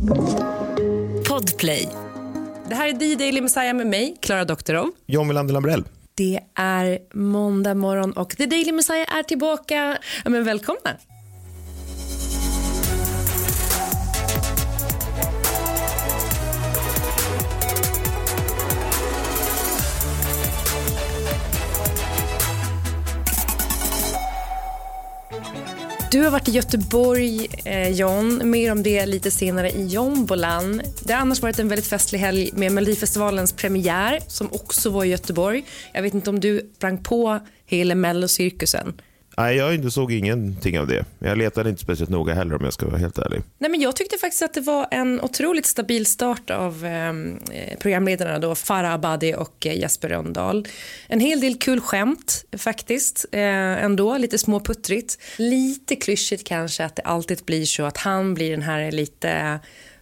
Podplay. Det här är The Daily Messiah med mig, Clara Doktorov. John Melander Lambrell. Det är måndag morgon och The Daily Messiah är tillbaka. Ja, men välkomna. Du har varit i Göteborg, John. Mer om det lite senare i Jombolan. Det har annars varit en väldigt festlig helg med Melodifestivalens premiär som också var i Göteborg. Jag vet inte om du sprang på hela Mellocirkusen. Nej, jag såg ingenting av det. Jag letade inte speciellt noga heller om jag ska vara helt ärlig. Nej, men jag tyckte faktiskt att det var en otroligt stabil start av programledarna då, Farah Abadi och Jesper Rönndahl. En hel del kul skämt faktiskt, ändå lite småputtrigt. Lite klyschigt kanske att det alltid blir så att han blir den här lite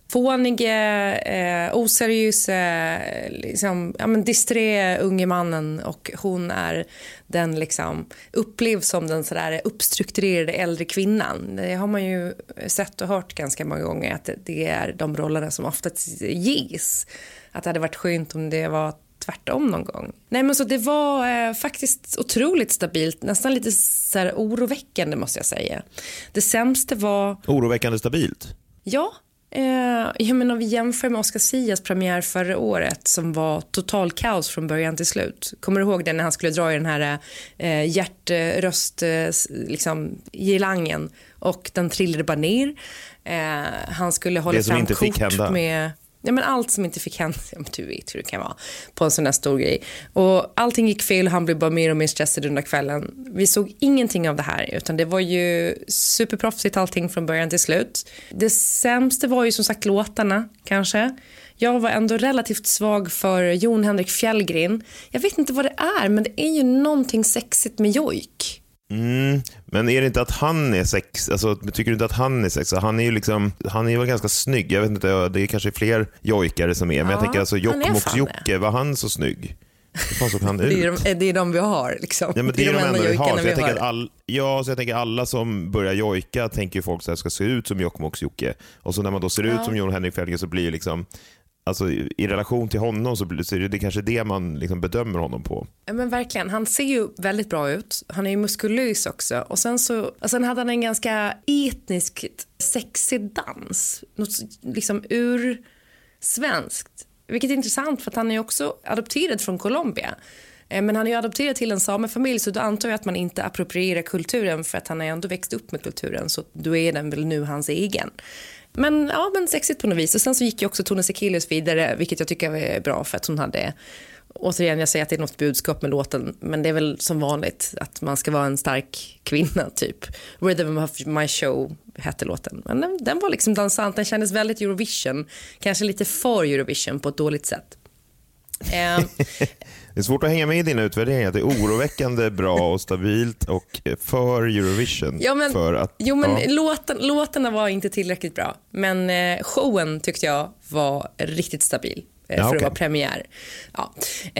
fånige, oseriösa, liksom, disträ unge mannen och hon är den liksom upplevs som den sådär uppstrukturerade äldre kvinnan. Det har man ju sett och hört ganska många gånger att det är de rollerna som ofta ges. Att det hade varit skönt om det var tvärtom någon gång. Nej, men så det var faktiskt otroligt stabilt, nästan lite så här oroväckande måste jag säga. Det sämsta var... Oroväckande stabilt? Ja. Men om vi jämför med Oscar Sias premiär förra året som var total kaos från början till slut. Kommer du ihåg det när han skulle dra i den här hjärtröst liksom girlangen och den trillade bara ner. Han skulle hålla fram kort med... Ja, men allt som inte fick hända, du vet hur det kan vara på en sån där stor grej. Och allting gick fel och han blev bara mer och mer stressad under kvällen. Vi såg ingenting av det här utan det var ju superproffsigt allting från början till slut. Det sämsta var ju som sagt låtarna kanske. Jag var ändå relativt svag för Jon Henrik Fjällgren. Jag vet inte vad det är, men det är ju någonting sexigt med jojk. Men är det inte att han är sex? Alltså, tycker du inte att han är sex? Han är ju liksom, han är ju ganska snygg. Jag vet inte, det är kanske fler jojkare som är. Men jag tänker alltså Jokkmokks Jokke, var han så snygg? Hur såg han ut? Det är de vi har liksom. Ja, men det är de enda vi har. Så jag tänker alla som börjar jojka tänker ju folk så här ska se ut som Jokkmokks Jokke. Och så när man då ser ut som Jon Henrik Fjällgren så blir liksom... Alltså i relation till honom så är det kanske det man liksom bedömer honom på. Ja, men verkligen, han ser ju väldigt bra ut. Han är ju muskulös också. Och sen hade han en ganska etniskt sexig dans. Något liksom svenskt. Vilket är intressant för att han är också adopterad från Colombia. Men han är ju adopterad till en samefamilj så då antar jag att man inte approprierar kulturen för att han har ändå växt upp med kulturen så då är den väl nu hans egen. Men sexigt på något vis. Och sen så gick ju också Tone Sekelius vidare, vilket jag tycker är bra för att hon hade, återigen jag säger att det är något budskap med låten, men det är väl som vanligt att man ska vara en stark kvinna typ. Rhythm of My Show hette låten. Men den var liksom dansant, den kändes väldigt Eurovision, kanske lite för Eurovision på ett dåligt sätt. Det är svårt att hänga med i dina utvärderingar. Det är oroväckande bra och stabilt och för Eurovision. Ja, men, för att, låtarna var inte tillräckligt bra. Men showen tyckte jag var riktigt stabil för att vara premiär. Ja.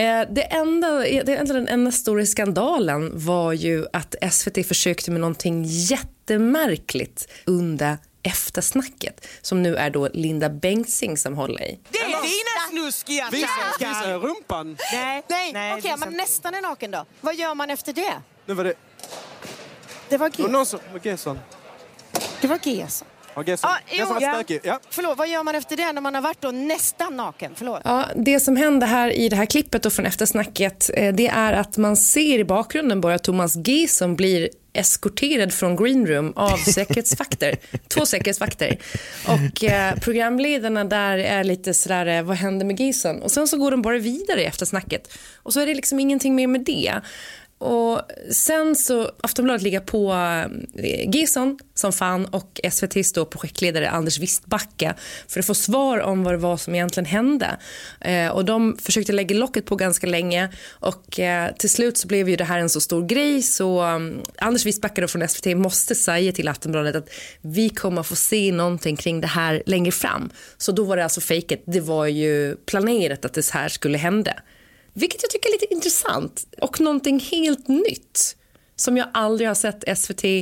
Den enda stora skandalen var ju att SVT försökte med någonting jättemärkligt under eftersnacket som nu är då Linda Bengtzing som håller i. Det är dina snuskiga Visa rumpan. Nej. Okej, men nästan är naken då. Vad gör man efter det? Nu var det... Det var G. Någon som var Gesson. Det var Gesson. Ja, Gesson. Gesson var stökig. Ja. Förlåt, vad gör man efter det när man har varit då nästan naken? Förlåt. Ja, det som hände här i det här klippet då från eftersnacket det är att man ser i bakgrunden bara Thomas G som blir eskorterad från Green Room av säkerhetsvakter. 2 säkerhetsvakter. Och programledarna där är lite sådär, vad händer med Gison? Och sen så går de bara vidare efter snacket. Och så är det liksom ingenting mer med det. Och sen så Aftonbladet ligger på Gison som fan och SVT:s då projektledare Anders Wistbacka för att få svar om vad det var som egentligen hände. Och de försökte lägga locket på ganska länge och till slut så blev ju det här en så stor grej så Anders Wistbacka då från SVT måste säga till Aftonbladet att vi kommer få se någonting kring det här längre fram. Så då var det alltså fejkat. Det var ju planerat att det här skulle hända. Vilket jag tycker är lite intressant och någonting helt nytt som jag aldrig har sett SVT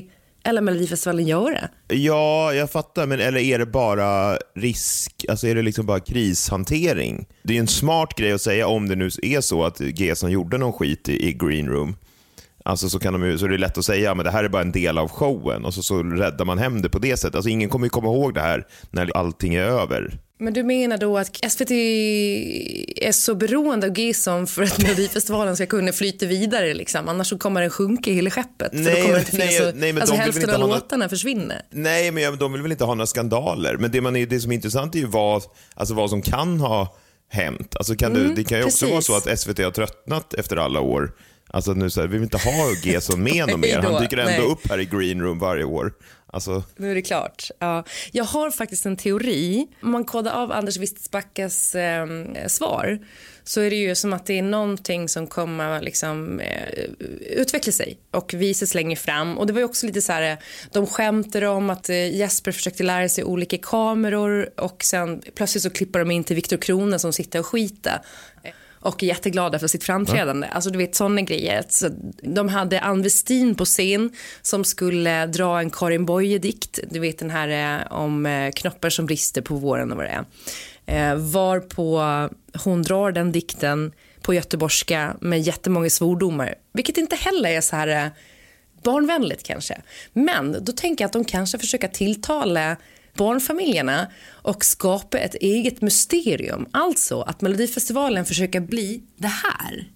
eller Melodifestivalen göra? Ja, jag fattar, men eller är det bara risk, alltså är det liksom bara krishantering? Det är ju en smart grej att säga om det nu är så att Gesson gjorde någon skit i Green Room. Alltså så är det lätt att säga, men det här är bara en del av showen, och så räddar man hem det på det sättet. Alltså ingen kommer ju komma ihåg det här när allting är över. Men du menar då att SVT är så beroende av Gesson för att Melodifestivalen ska kunna flyta vidare liksom? Annars så kommer den sjunka i hela skeppet. Nej, för då kommer det inte finnas hälften av låtarna försvinner. Nej, men de vill väl inte ha några skandaler. Men det som är intressant är ju vad som kan ha hänt. Alltså det kan ju också vara så att SVT har tröttnat efter alla år. Alltså nu så här, vi vill inte ha Gesson med någon mer. Han dyker ändå upp här i Green Room varje år. Alltså. Nu är det klart. Ja. Jag har faktiskt en teori. Om man kodar av Anders Wistisbackas svar så är det ju som att det är någonting som kommer liksom, utveckla sig och visas längre fram. Och det var ju också lite så här, de skämtade om att Jesper försökte lära sig olika kameror och sen plötsligt så klippar de in till Viktor Krone som sitter och skiter. Och är jätteglada för sitt framträdande. Alltså du vet sådana grejer. Så de hade Ann Westin på scen som skulle dra en Karin Boye-dikt. Du vet den här om knoppar som brister på våren och vad det är. Varpå hon drar den dikten på göteborgska med jättemånga svordomar. Vilket inte heller är så här barnvänligt kanske. Men då tänker jag att de kanske försöker tilltala barnfamiljerna och skapa ett eget mysterium. Alltså att Melodifestivalen försöker bli det här.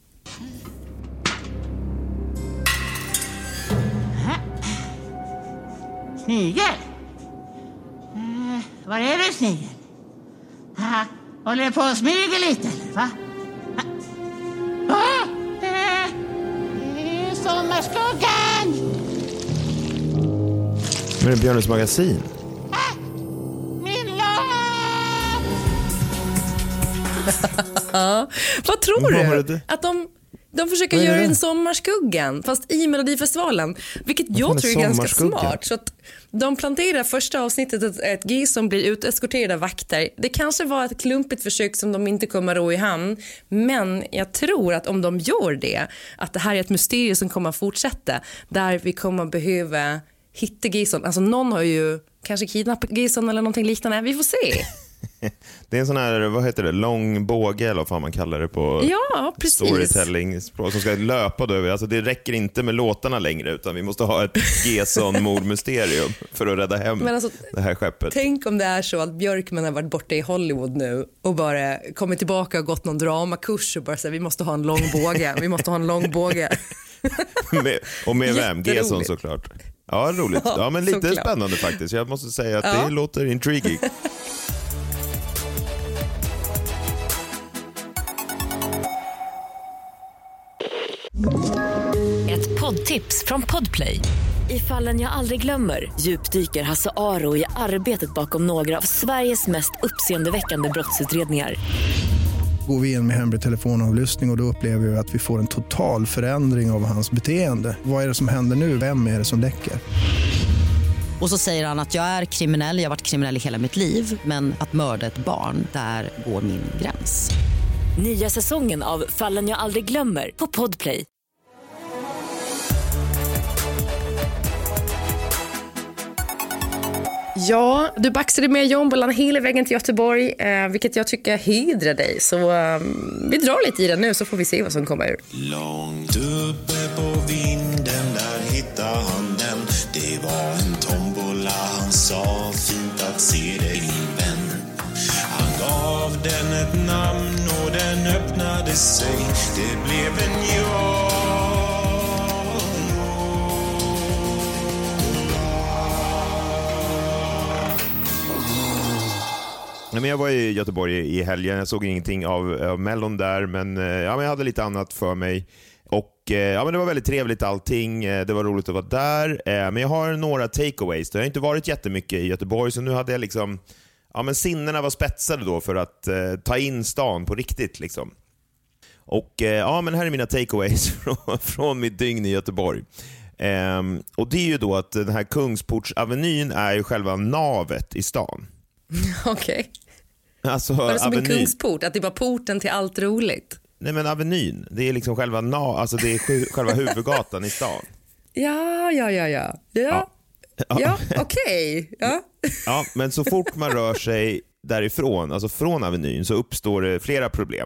Snigel? Var är du, snigel? Håller på att smyga lite, eller va? Sommarskuggan! Men det är Björnes magasin. Vad tror du? Att de försöker göra en Sommarskuggan fast i Melodifestivalen, vilket jag tror är ganska smart. Så att de planterar första avsnittet att ett Gesson blir uteskorterad av vakter. Det kanske var ett klumpigt försök som de inte kommer ro i hamn, men jag tror att om de gör det, att det här är ett mysterium som kommer att fortsätta, där vi kommer att behöva hitta Gesson. Alltså någon har ju kanske kidnappat Gesson eller någonting liknande. Vi får se. Det är en sån här, vad heter det, lång båge eller vad fan man kallar det på storytelling som ska löpa då över. Alltså det räcker inte med låtarna längre utan vi måste ha ett Gesson-mordmysterium för att rädda hem det här skeppet. Tänk om det är så att Björkman har varit borta i Hollywood nu och bara kommit tillbaka och gått någon dramakurs och bara säger vi måste ha en lång båge, vi måste ha en lång båge. med vem? Gesson såklart. Ja, roligt. Ja, men lite såklart. Spännande faktiskt. Jag måste säga att det låter intriguing. Ett poddtips från Podplay. I Fallen jag aldrig glömmer djupdyker Hasse Aro i arbetet bakom några av Sveriges mest uppseendeväckande brottsutredningar. Går vi in med hemlig telefonavlyssning och då upplever vi att vi får en total förändring av hans beteende. Vad är det som händer nu? Vem är det som läcker? Och så säger han att jag är kriminell, jag har varit kriminell i hela mitt liv. Men att mörda ett barn, där går min gräns. Nya säsongen av Fallen jag aldrig glömmer på Podplay. Ja, du baxade med jombolan hela vägen till Göteborg, vilket jag tycker hedrar dig. Så vi drar lite i den nu så får vi se vad som kommer. Långt uppe på vinden där hittade han den. Det var en tombola, han sa fint att se dig min vän. Han gav den ett namn och den öppnade sig. Det blev en Men jag var i Göteborg i helgen. Jag såg ingenting av Mellon där, men jag hade lite annat för mig. Och men det var väldigt trevligt allting. Det var roligt att vara där. Men jag har några takeaways. Jag har inte varit jättemycket i Göteborg, så nu hade jag liksom men sinnena var spetsade då för att ta in stan på riktigt liksom. Och men här är mina takeaways från mitt dygn i Göteborg. Och det är ju då att den här Kungsportsavenyn är ju själva navet i stan. Okej. Alltså, var det som en kungsport? Att det var porten till allt roligt? Nej, men Avenyn, det är liksom själva, alltså det är själva huvudgatan i stan. Ja. Ja, okej. Ja. Ja, men så fort man rör sig därifrån, alltså från Avenyn, så uppstår det flera problem.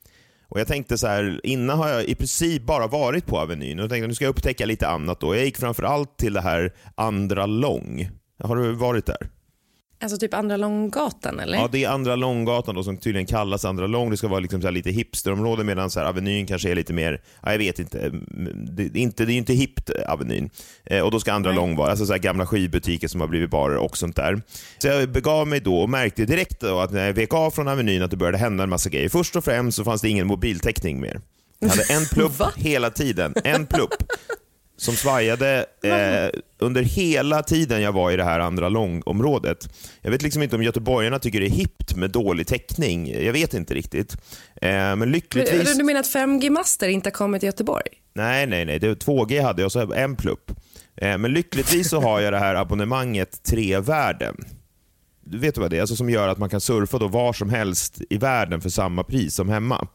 Och jag tänkte så här, innan har jag i princip bara varit på Avenyn och jag tänkte nu ska jag upptäcka lite annat då. Jag gick framförallt till det här Andra Lång. Har du varit där? Alltså typ Andra Långgatan, eller? Ja, det är Andra Långgatan då, som tydligen kallas Andra Lång. Det ska vara liksom så här lite hipsterområde, medan så här Avenyn kanske är lite mer, ja, jag vet inte. Det är inte hippt Avenyn. Och då ska Andra Lång vara, alltså så här gamla skivbutiker som har blivit barer och sånt där. Så jag begav mig då och märkte direkt då att när jag vek av från Avenyn att det började hända en massa grejer. Först och främst så fanns det ingen mobiltäckning mer. Jag hade en plupp hela tiden. En plupp. Som svajade under hela tiden jag var i det här Andra Långområdet. Jag vet liksom inte om göteborgarna tycker det är hippt med dålig täckning. Jag vet inte riktigt. Men lyckligtvis... Du menar att 5G-master inte har kommit till Göteborg? Nej. Det var 2G hade jag och så en plupp. Men lyckligtvis så har jag det här abonnemanget 3-värden. Du vet vad det är? Alltså som gör att man kan surfa då var som helst i världen för samma pris som hemma.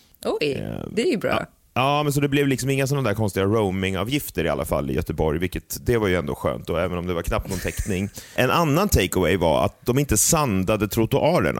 Oj, det är ju bra. Ja, men så det blev liksom inga sådana där konstiga roamingavgifter i alla fall i Göteborg, vilket det var ju ändå skönt då, även om det var knappt någon täckning. En annan takeaway var att de inte sandade trottoarerna.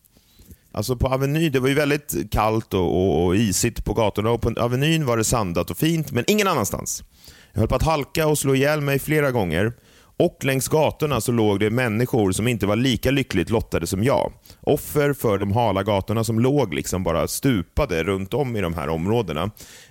Alltså på Avenyn, det var ju väldigt kallt och isigt på gatorna och på Avenyn var det sandat och fint, men ingen annanstans. Jag höll på att halka och slå ihjäl mig flera gånger. Och längs gatorna så låg det människor som inte var lika lyckligt lottade som jag. Offer för de hala gatorna som låg liksom bara stupade runt om i de här områdena.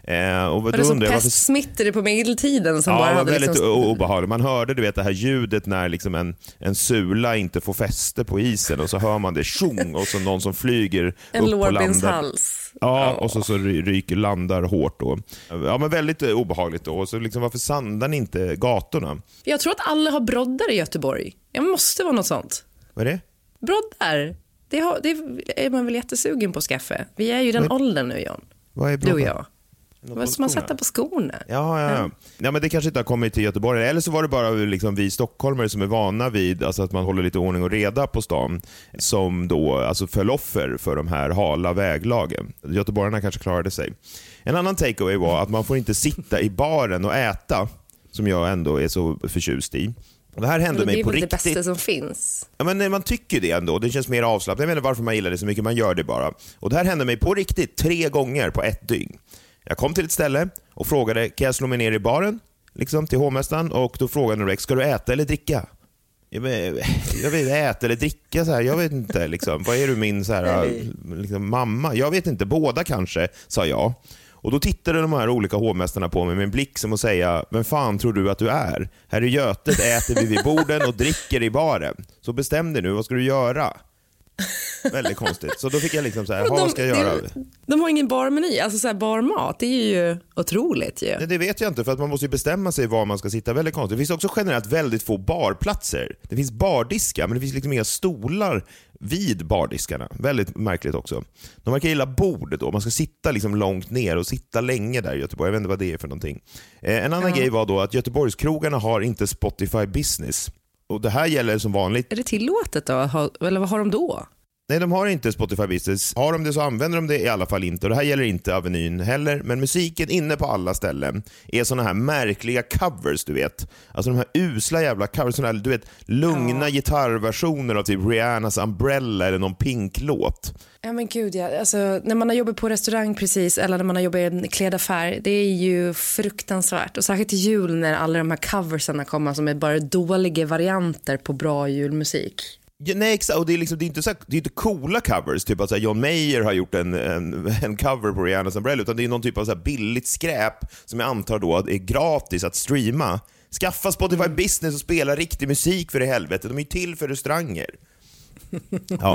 Och var det som pestsmittade på medeltiden som bara hade väldigt liksom... obehagligt. Man hörde det här ljudet när liksom en sula inte får fäste på isen och så hör man det tjong och så någon som flyger upp och landar. En lårbenshals. Ja, och så ryker landar hårt då. Ja, men väldigt obehagligt då. Och så liksom, varför sandar ni inte gatorna? Jag tror att alla har broddar i Göteborg. Det måste vara något sånt. Vad är det? Broddar. Det är man väl jättesugen på att skaffa. Vi är ju den åldern nu, John. Vad är broddar? Du och jag. Vad ska man sätta på skorna? Ja, men det kanske inte har kommit till Göteborg. Eller så var det bara liksom vi stockholmare som är vana vid alltså att man håller lite ordning och reda på stan som då alltså föll offer för de här hala väglagen. Göteborgarna kanske klarade sig. En annan takeaway var att man får inte sitta i baren och äta, som jag ändå är så förtjust i. Det här hände mig på riktigt. Det är det bästa som finns. Ja, men man tycker det ändå. Det känns mer avslappnat. Jag vet inte varför man gillar det så mycket. Man gör det bara. Och det här hände mig på riktigt 3 gånger på ett dygn. Jag kom till ett ställe och frågade, kan jag slå mig ner i baren? Liksom till hovmästaren. Och då frågade Rex, ska du äta eller dricka? Jag vill äta eller dricka så här. Jag vet inte liksom. Vad är du min så här liksom, mamma? Jag vet inte, båda kanske, sa jag. Och då tittade de här olika hovmästarna på mig med en blick som att säga, vem fan tror du att du är? Här i Götet äter vi vid borden och dricker i baren. Så bestäm dig nu, vad ska du göra? Väldigt konstigt. Så då fick jag liksom så här, vad ska jag göra? De har ingen barmeny, alltså så här barmat, det är ju otroligt ju. Det vet jag inte, för att man måste ju bestämma sig var man ska sitta. Väldigt konstigt. Det finns också generellt väldigt få barplatser. Det finns bardiskar, men det finns liksom inga stolar vid bardiskarna. Väldigt märkligt också. De verkar gilla bordet då. Man ska sitta liksom långt ner och sitta länge där i Göteborg. Jag vet inte vad det är för någonting. En annan grej var då att Göteborgskrogarna har inte Spotify Business. Och det här gäller som vanligt. Är det tillåtet då? Eller vad har de då? Nej, de har inte Spotify Business. Har de det så använder de det i alla fall inte. Och det här gäller inte Avenyn heller. Men musiken inne på alla ställen är såna här märkliga covers, du vet. Alltså de här usla jävla covers. Såna här, du vet, lugna gitarrversioner av typ Rihannas Umbrella eller någon Pink-låt. Ja men gud, ja. Alltså, när man har jobbat på restaurang precis eller när man har jobbat i en klädaffär, det är ju fruktansvärt. Och särskilt till jul när alla de här coversarna kommer som är bara dåliga varianter på bra julmusik. Ja, nej, exakt. Och det är liksom, det är inte coola covers, typ att John Mayer har gjort en cover på Rihanna's Umbrella, utan det är någon typ av så här billigt skräp som jag antar då är gratis att streama. Skaffa Spotify Business och spela riktig musik för i helvete. De är ju till för restauranger. Ja.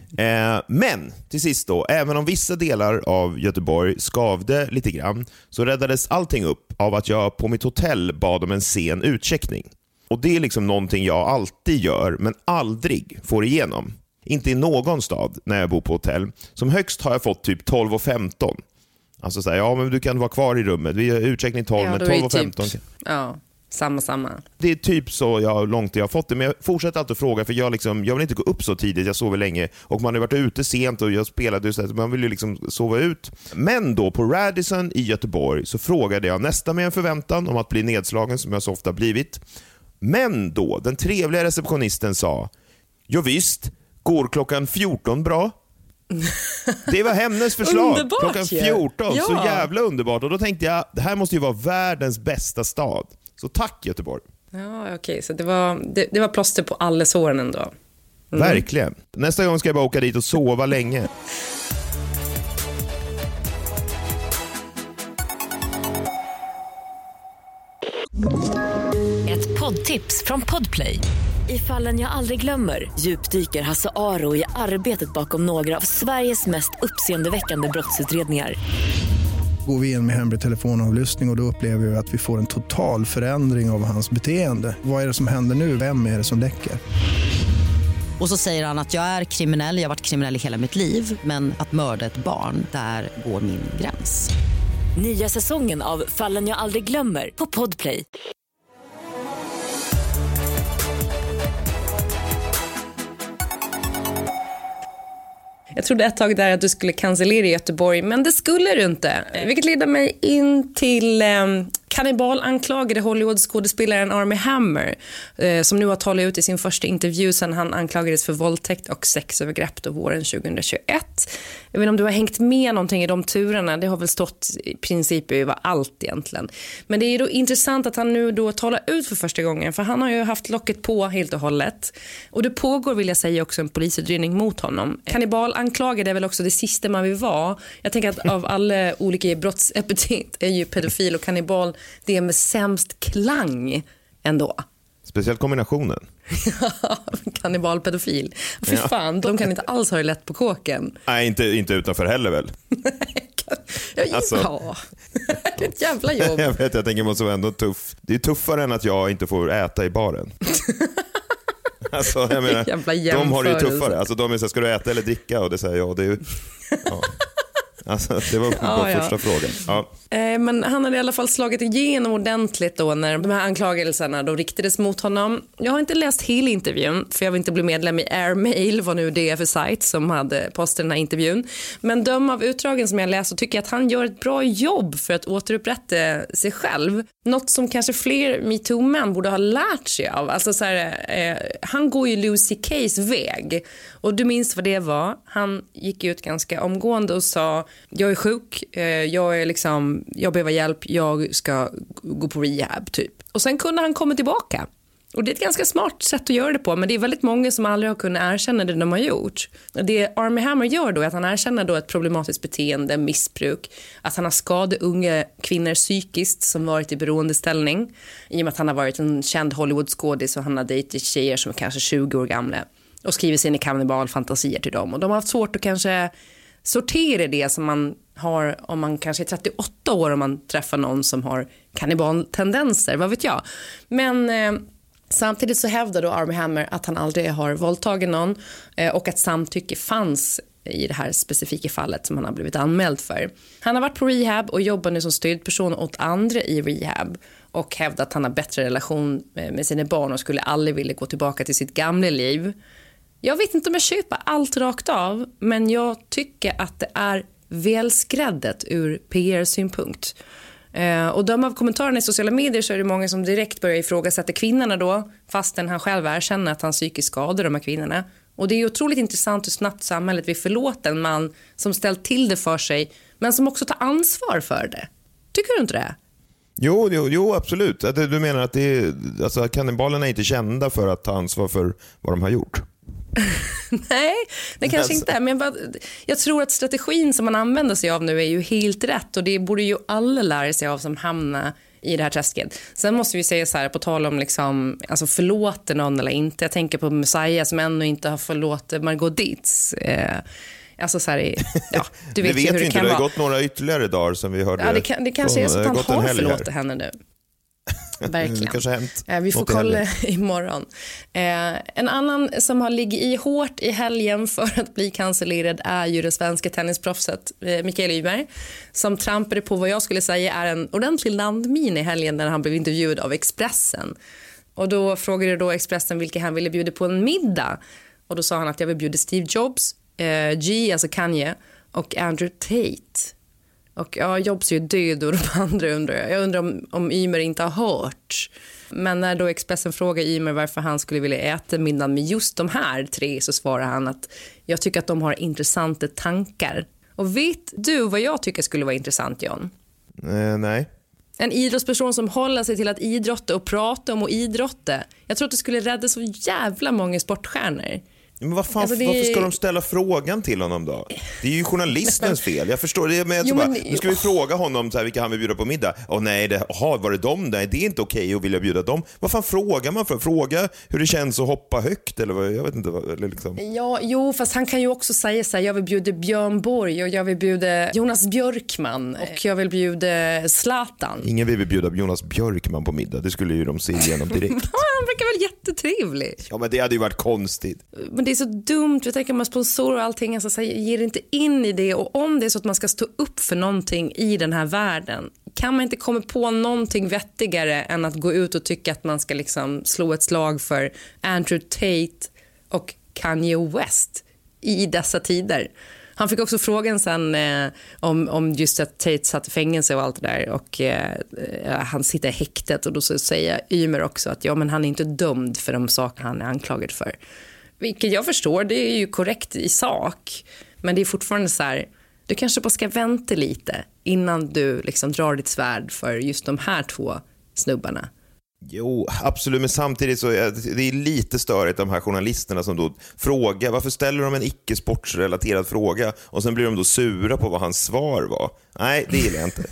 Men till sist då, även om vissa delar av Göteborg skavde lite grann, så räddades allting upp av att jag på mitt hotell bad om en sen utcheckning. Och det är liksom någonting jag alltid gör men aldrig får igenom. Inte i någon stad när jag bor på hotell. Som högst har jag fått typ 12:15. Alltså såhär, ja men du kan vara kvar i rummet. Vi har utcheckning 12 men 12:15. Typ, ja, samma. Det är typ så långt jag har fått det. Men jag fortsätter alltid fråga för jag vill inte gå upp så tidigt. Jag sover länge och man har varit ute sent och jag spelade så man vill ju liksom sova ut. Men då på Radisson i Göteborg så frågade jag nästan med en förväntan om att bli nedslagen som jag så ofta blivit. Men då, den trevliga receptionisten sa: ja visst, går klockan 14 bra? Det var hennes förslag. Underbart, klockan 14, ja. Så jävla underbart. Och då tänkte jag, det här måste ju vara världens bästa stad. Så tack Göteborg. Ja, okej, så det var plåster på alla såren ändå. Verkligen. Nästa gång ska jag bara åka dit och sova länge. Ett poddtips från Podplay. I Fallen jag aldrig glömmer djupdyker Hasse Aro i arbetet bakom några av Sveriges mest uppseendeväckande brottsutredningar. Går vi in med hemlig telefonavlyssning och då upplever vi att vi får en total förändring av hans beteende. Vad är det som händer nu? Vem är det som läcker? Och så säger han att jag är kriminell, jag har varit kriminell i hela mitt liv. Men att mörda ett barn, där går min gräns. Nya säsongen av Fallen jag aldrig glömmer på Podplay. Jag trodde ett tag där att du skulle cancellera i Göteborg, men det skulle du inte. Vilket leder mig in till kannibalanklagade Hollywood-skådespelaren Armie Hammer, som nu har talat ut i sin första intervju sedan han anklagades för våldtäkt och sexövergrepp då våren 2021. Jag vet inte om du har hängt med någonting i de turerna. Det har väl stått i princip över allt egentligen. Men det är då intressant att han nu då talar ut för första gången, för han har ju haft locket på helt och hållet. Och det pågår, vill jag säga, också en polisutredning mot honom. Kannibalanklagade är väl också det sista man vill vara. Jag tänker att av alla olika brottsepitet är ju pedofil och kannibal det är med sämst klang ändå. Speciellt kombinationen. Kannibal, pedofil. Fy fan, de kan inte alls ha det lätt på kåken. Nej, inte utanför heller väl. Ja, det är ett jävla jobb. Jag tänker det måste vara ändå tuff. Det är tuffare än att jag inte får äta i baren. Alltså, jag menar, de har det ju tuffare. Alltså, de är så här, ska du äta eller dricka? Och det säger jag, det är ju... Ja. Alltså, det var bara första frågan. Ja. Men han hade i alla fall slagit igenom ordentligt då när de här anklagelserna då riktades mot honom. Jag har inte läst hela intervjun, för jag vill inte bli medlem i Airmail, vad nu det är för sajt som hade postat den här intervjun. Men döm av utdragen som jag läst så tycker jag att han gör ett bra jobb för att återupprätta sig själv. Något som kanske fler MeToo-män borde ha lärt sig av. Alltså så här, han går ju Lucy K's väg. Och du minns vad det var. Han gick ut ganska omgående och sa: jag är sjuk, jag behöver hjälp, jag ska gå på rehab typ. Och sen kunde han komma tillbaka. Och det är ett ganska smart sätt att göra det på, men det är väldigt många som aldrig har kunnat erkänna det de har gjort. Det Armie Hammer gör då är att han erkänner då ett problematiskt beteende, missbruk, att han har skadat unga kvinnor psykiskt som varit i beroendeställning, i och med att han har varit en känd Hollywood-skådis och han har dejtat tjejer som är kanske 20 år gamla och skriver sina kannibalfantasier till dem. Och de har haft svårt att kanske sortera det som man har om man kanske är 38 år, om man träffar någon som har kannibaltendenser, vad vet jag. Men samtidigt så hävdar då Armie Hammer att han aldrig har våldtagit någon och att samtycke fanns i det här specifika fallet som han har blivit anmäld för. Han har varit på rehab och jobbar nu som stödperson åt andra i rehab och hävdar att han har bättre relation med sina barn och skulle aldrig vilja gå tillbaka till sitt gamla liv. Jag vet inte om jag köper allt rakt av, men jag tycker att det är välskräddat ur PR-synpunkt. Och döm av kommentarerna i sociala medier så är det många som direkt börjar ifrågasätta kvinnorna då, fastän han själv erkänner att han psykiskt skadar de här kvinnorna. Och det är otroligt intressant hur snabbt samhället vill förlåta en man som ställt till det för sig, men som också tar ansvar för det. Tycker du inte det? Jo, absolut. Du menar att alltså, kannibalerna är inte kända för att ta ansvar för vad de har gjort? Nej, det kanske inte är. Men jag tror att strategin som man använder sig av nu är ju helt rätt. Och det borde ju alla lära sig av som hamnar i det här träsket. Sen måste vi säga så här, på tal om liksom, alltså förlåter någon eller inte. Jag tänker på Messiah som ännu inte har förlåtit Margot Dietz. Alltså så här, ja, du vet ju hur det kan vara. Det har gått några ytterligare dagar som vi hörde. Ja, det kanske är så att han har förlåtit henne nu. Verkligen. Vi får kolla imorgon. En annan som har ligger i hårt i helgen för att bli cancellerad är ju det svenska tennisproffset Mikael Ymer, som trampade på vad jag skulle säga är en ordentlig landmin i helgen när han blev intervjuad av Expressen. Och då frågade då Expressen vilka han ville bjuda på en middag. Och då sa han att jag vill bjuda Steve Jobs, G, alltså Kanye, och Andrew Tate. Och ja, Jobs är ju död och de andra undrar. Jag undrar om Ymer inte har hört Men när då Expressen frågar Ymer varför han skulle vilja äta middag med just de här 3 så svarar han att jag tycker att de har intressanta tankar. Och vet du vad jag tycker skulle vara intressant, John? Nej. En idrottsperson som håller sig till att idrotta och prata om och idrotta. Jag tror att det skulle rädda så jävla många sportstjärnor. Men varför ska de ställa frågan till honom då? Det är ju journalistens fel. Jag förstår det, men jag tror nu ska vi fråga honom så här, vilka han vill bjuda på middag. Nej, var det dem där? Det är inte okej att vilja bjuda dem. Vad fan frågar man för? Fråga hur det känns att hoppa högt eller vad, jag vet inte vad, eller liksom. Ja, fast han kan ju också säga så här, jag vill bjuda Björn Borg och jag vill bjuda Jonas Björkman och jag vill bjuda Zlatan. Ingen vill bjuda Jonas Björkman på middag. Det skulle ju de se igenom direkt. Han verkar väl jättetrevlig. Ja, men det hade ju varit konstigt. Men det är så dumt, jag tänker med sponsorer och allting, alltså, ger inte in i det. Och om det är så att man ska stå upp för någonting i den här världen, kan man inte komma på någonting vettigare än att gå ut och tycka att man ska liksom slå ett slag för Andrew Tate och Kanye West i dessa tider. Han fick också frågan sen om just att Tate satt i fängelse och allt det där, och han sitter i häktet, och då så säger Ymer också att men han är inte dömd för de saker han är anklagad för. Vilket jag förstår, det är ju korrekt i sak. Men det är fortfarande så här, du kanske bara ska vänta lite innan du liksom drar ditt svärd för just de här 2 snubbarna. Jo, absolut, men samtidigt så är det lite störigt de här journalisterna som då frågar, varför ställer de en icke-sportsrelaterad fråga och sen blir de då sura på vad hans svar var. Nej, det gillar jag inte.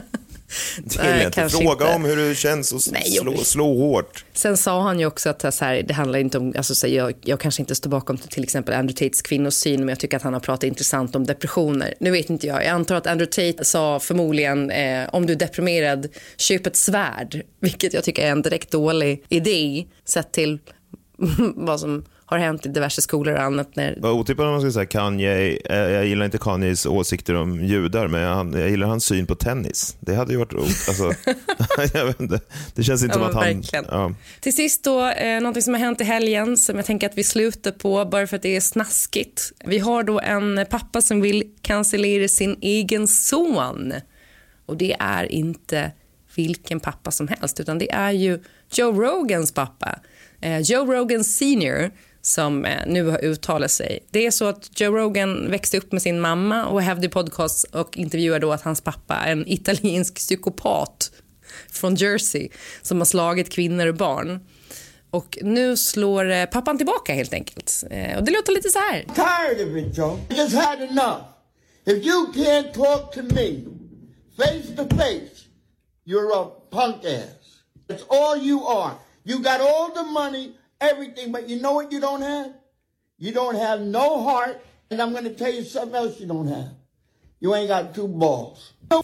Fråga om hur det känns och slå hårt. Sen sa han ju också att så här, det handlar inte om, alltså, så jag kanske inte står bakom till exempel Andrew Tates kvinnosyn, men jag tycker att han har pratat intressant om depressioner. Nu vet inte jag antar att Andrew Tate sa förmodligen om du är deprimerad, köp ett svärd, vilket jag tycker är en direkt dålig idé sett till vad som har hänt i diverse skolor och annat. Vad otippat om man ska säga Kanye. Jag gillar inte Kanyes åsikter om judar, men jag gillar hans syn på tennis. Det hade ju varit alltså, jag vet inte. Det känns inte som att han... Ja. Till sist då, någonting som har hänt i helgen som jag tänker att vi slutar på bara för att det är snaskigt. Vi har då en pappa som vill cancellera sin egen son. Och det är inte vilken pappa som helst, utan det är ju Joe Rogans pappa. Joe Rogan Senior, som nu har uttalat sig. Det är så att Joe Rogan växte upp med sin mamma och hävdade podcast och intervjuade då att hans pappa är en italiensk psykopat från Jersey som har slagit kvinnor och barn. Och nu slår pappan tillbaka helt enkelt. Och det låter lite så här. Tired of it, Joe. I just had enough. If you can't talk to me face to face, you're a punk ass. That's all you are. You got all the money, everything, but you know what you don't have? You don't have no heart, and I'm going to tell you something else you don't have. You ain't got 2 balls.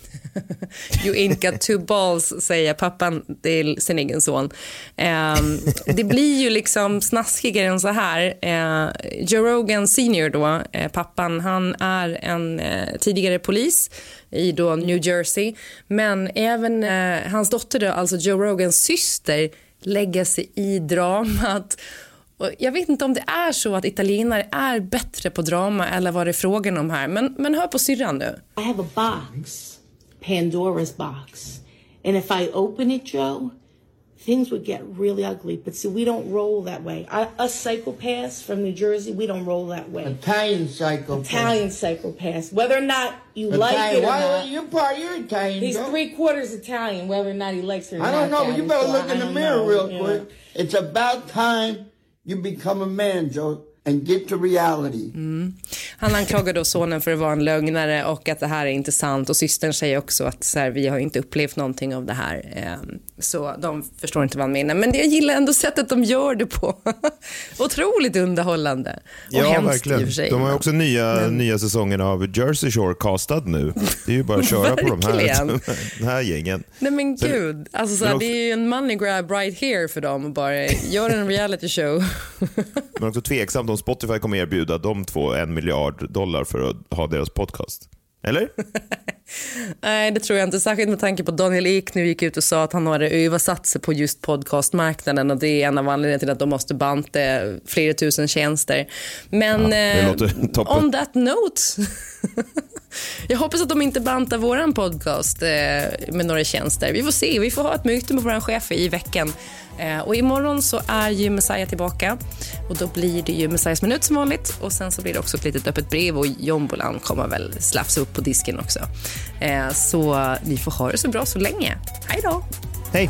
You ain't got 2 balls, säger pappan till sin egen son. Det blir ju liksom snaskigare än så här. Joe Rogan Senior då, pappan, han är en tidigare polis i då New Jersey. Men även hans dotter då, alltså Joe Rogans syster, lägga sig i dramat. Och jag vet inte om det är så att italienare är bättre på drama eller vad det är frågan om här. Men hör på syrran nu. I have a box, Pandora's box. And if I open it, Joe, things would get really ugly. But see, we don't roll that way. Us psychopaths from New Jersey, we don't roll that way. Italian psychopaths. Italian psychopaths. Whether or not you like it or not. You're Italian, He's Joe. 3/4 Italian, whether or not he likes it or not. I don't know, but you better look in the mirror real quick. Yeah. It's about time you become a man, Joe. And get to reality. Han anklagar då sonen för att vara en lögnare och att det här är inte sant. Och systern säger också att så här, vi har inte upplevt någonting av det här. Så de förstår inte vad han menar. Men jag gillar ändå sättet de gör det på. Otroligt underhållande. Och ja, hemskt verkligen. I och för sig. De har också nya säsongen av Jersey Shore castad nu. Det är ju bara att köra på de här gängen. Nej men gud. Alltså, så här, det är ju en money grab right here för dem. Och bara gör en reality show. Men också tveksamt om Spotify kommer erbjuda de 2 $1 miljard för att ha deras podcast. Eller? Nej, det tror jag inte. Särskilt med tanke på Daniel Ek nu gick ut och sa att han hade översatt sig på just podcastmarknaden. Och det är en av anledningarna till att de måste banta flera tusen tjänster. Men on that note Jag hoppas att de inte bantar våran podcast med några tjänster. Vi får se, vi får ha ett möte med våran chef i veckan. Och imorgon så är ju Messiah tillbaka. Och då blir det ju Messiahs minut som vanligt. Och sen så blir det också ett litet öppet brev. Och Jombolan kommer väl slafsa upp på disken också. Så ni får ha det så bra så länge. Hej då! Hej!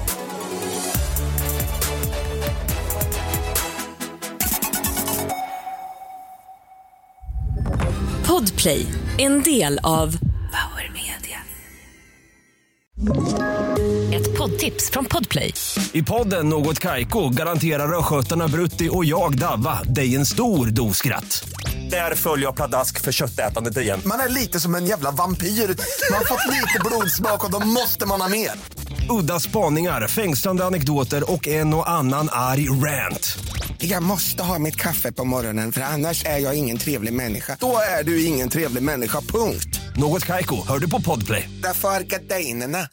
Podplay, en del av Power Media. Ett poddtips från Podplay. I podden Något Kaiko garanterar röskötarna Brutti och jag Davva dig en stor doskratt. Där följer jag pladask för köttätandet igen. Man är lite som en jävla vampyr. Man har fått lite blodsmak och då måste man ha mer. Udda spaningar, fängslande anekdoter och en och annan arg rant. Jag måste ha mitt kaffe på morgonen för annars är jag ingen trevlig människa. Då är du ingen trevlig människa, punkt. Något Kaiko, hör du på Podplay. Därför är gardinerna.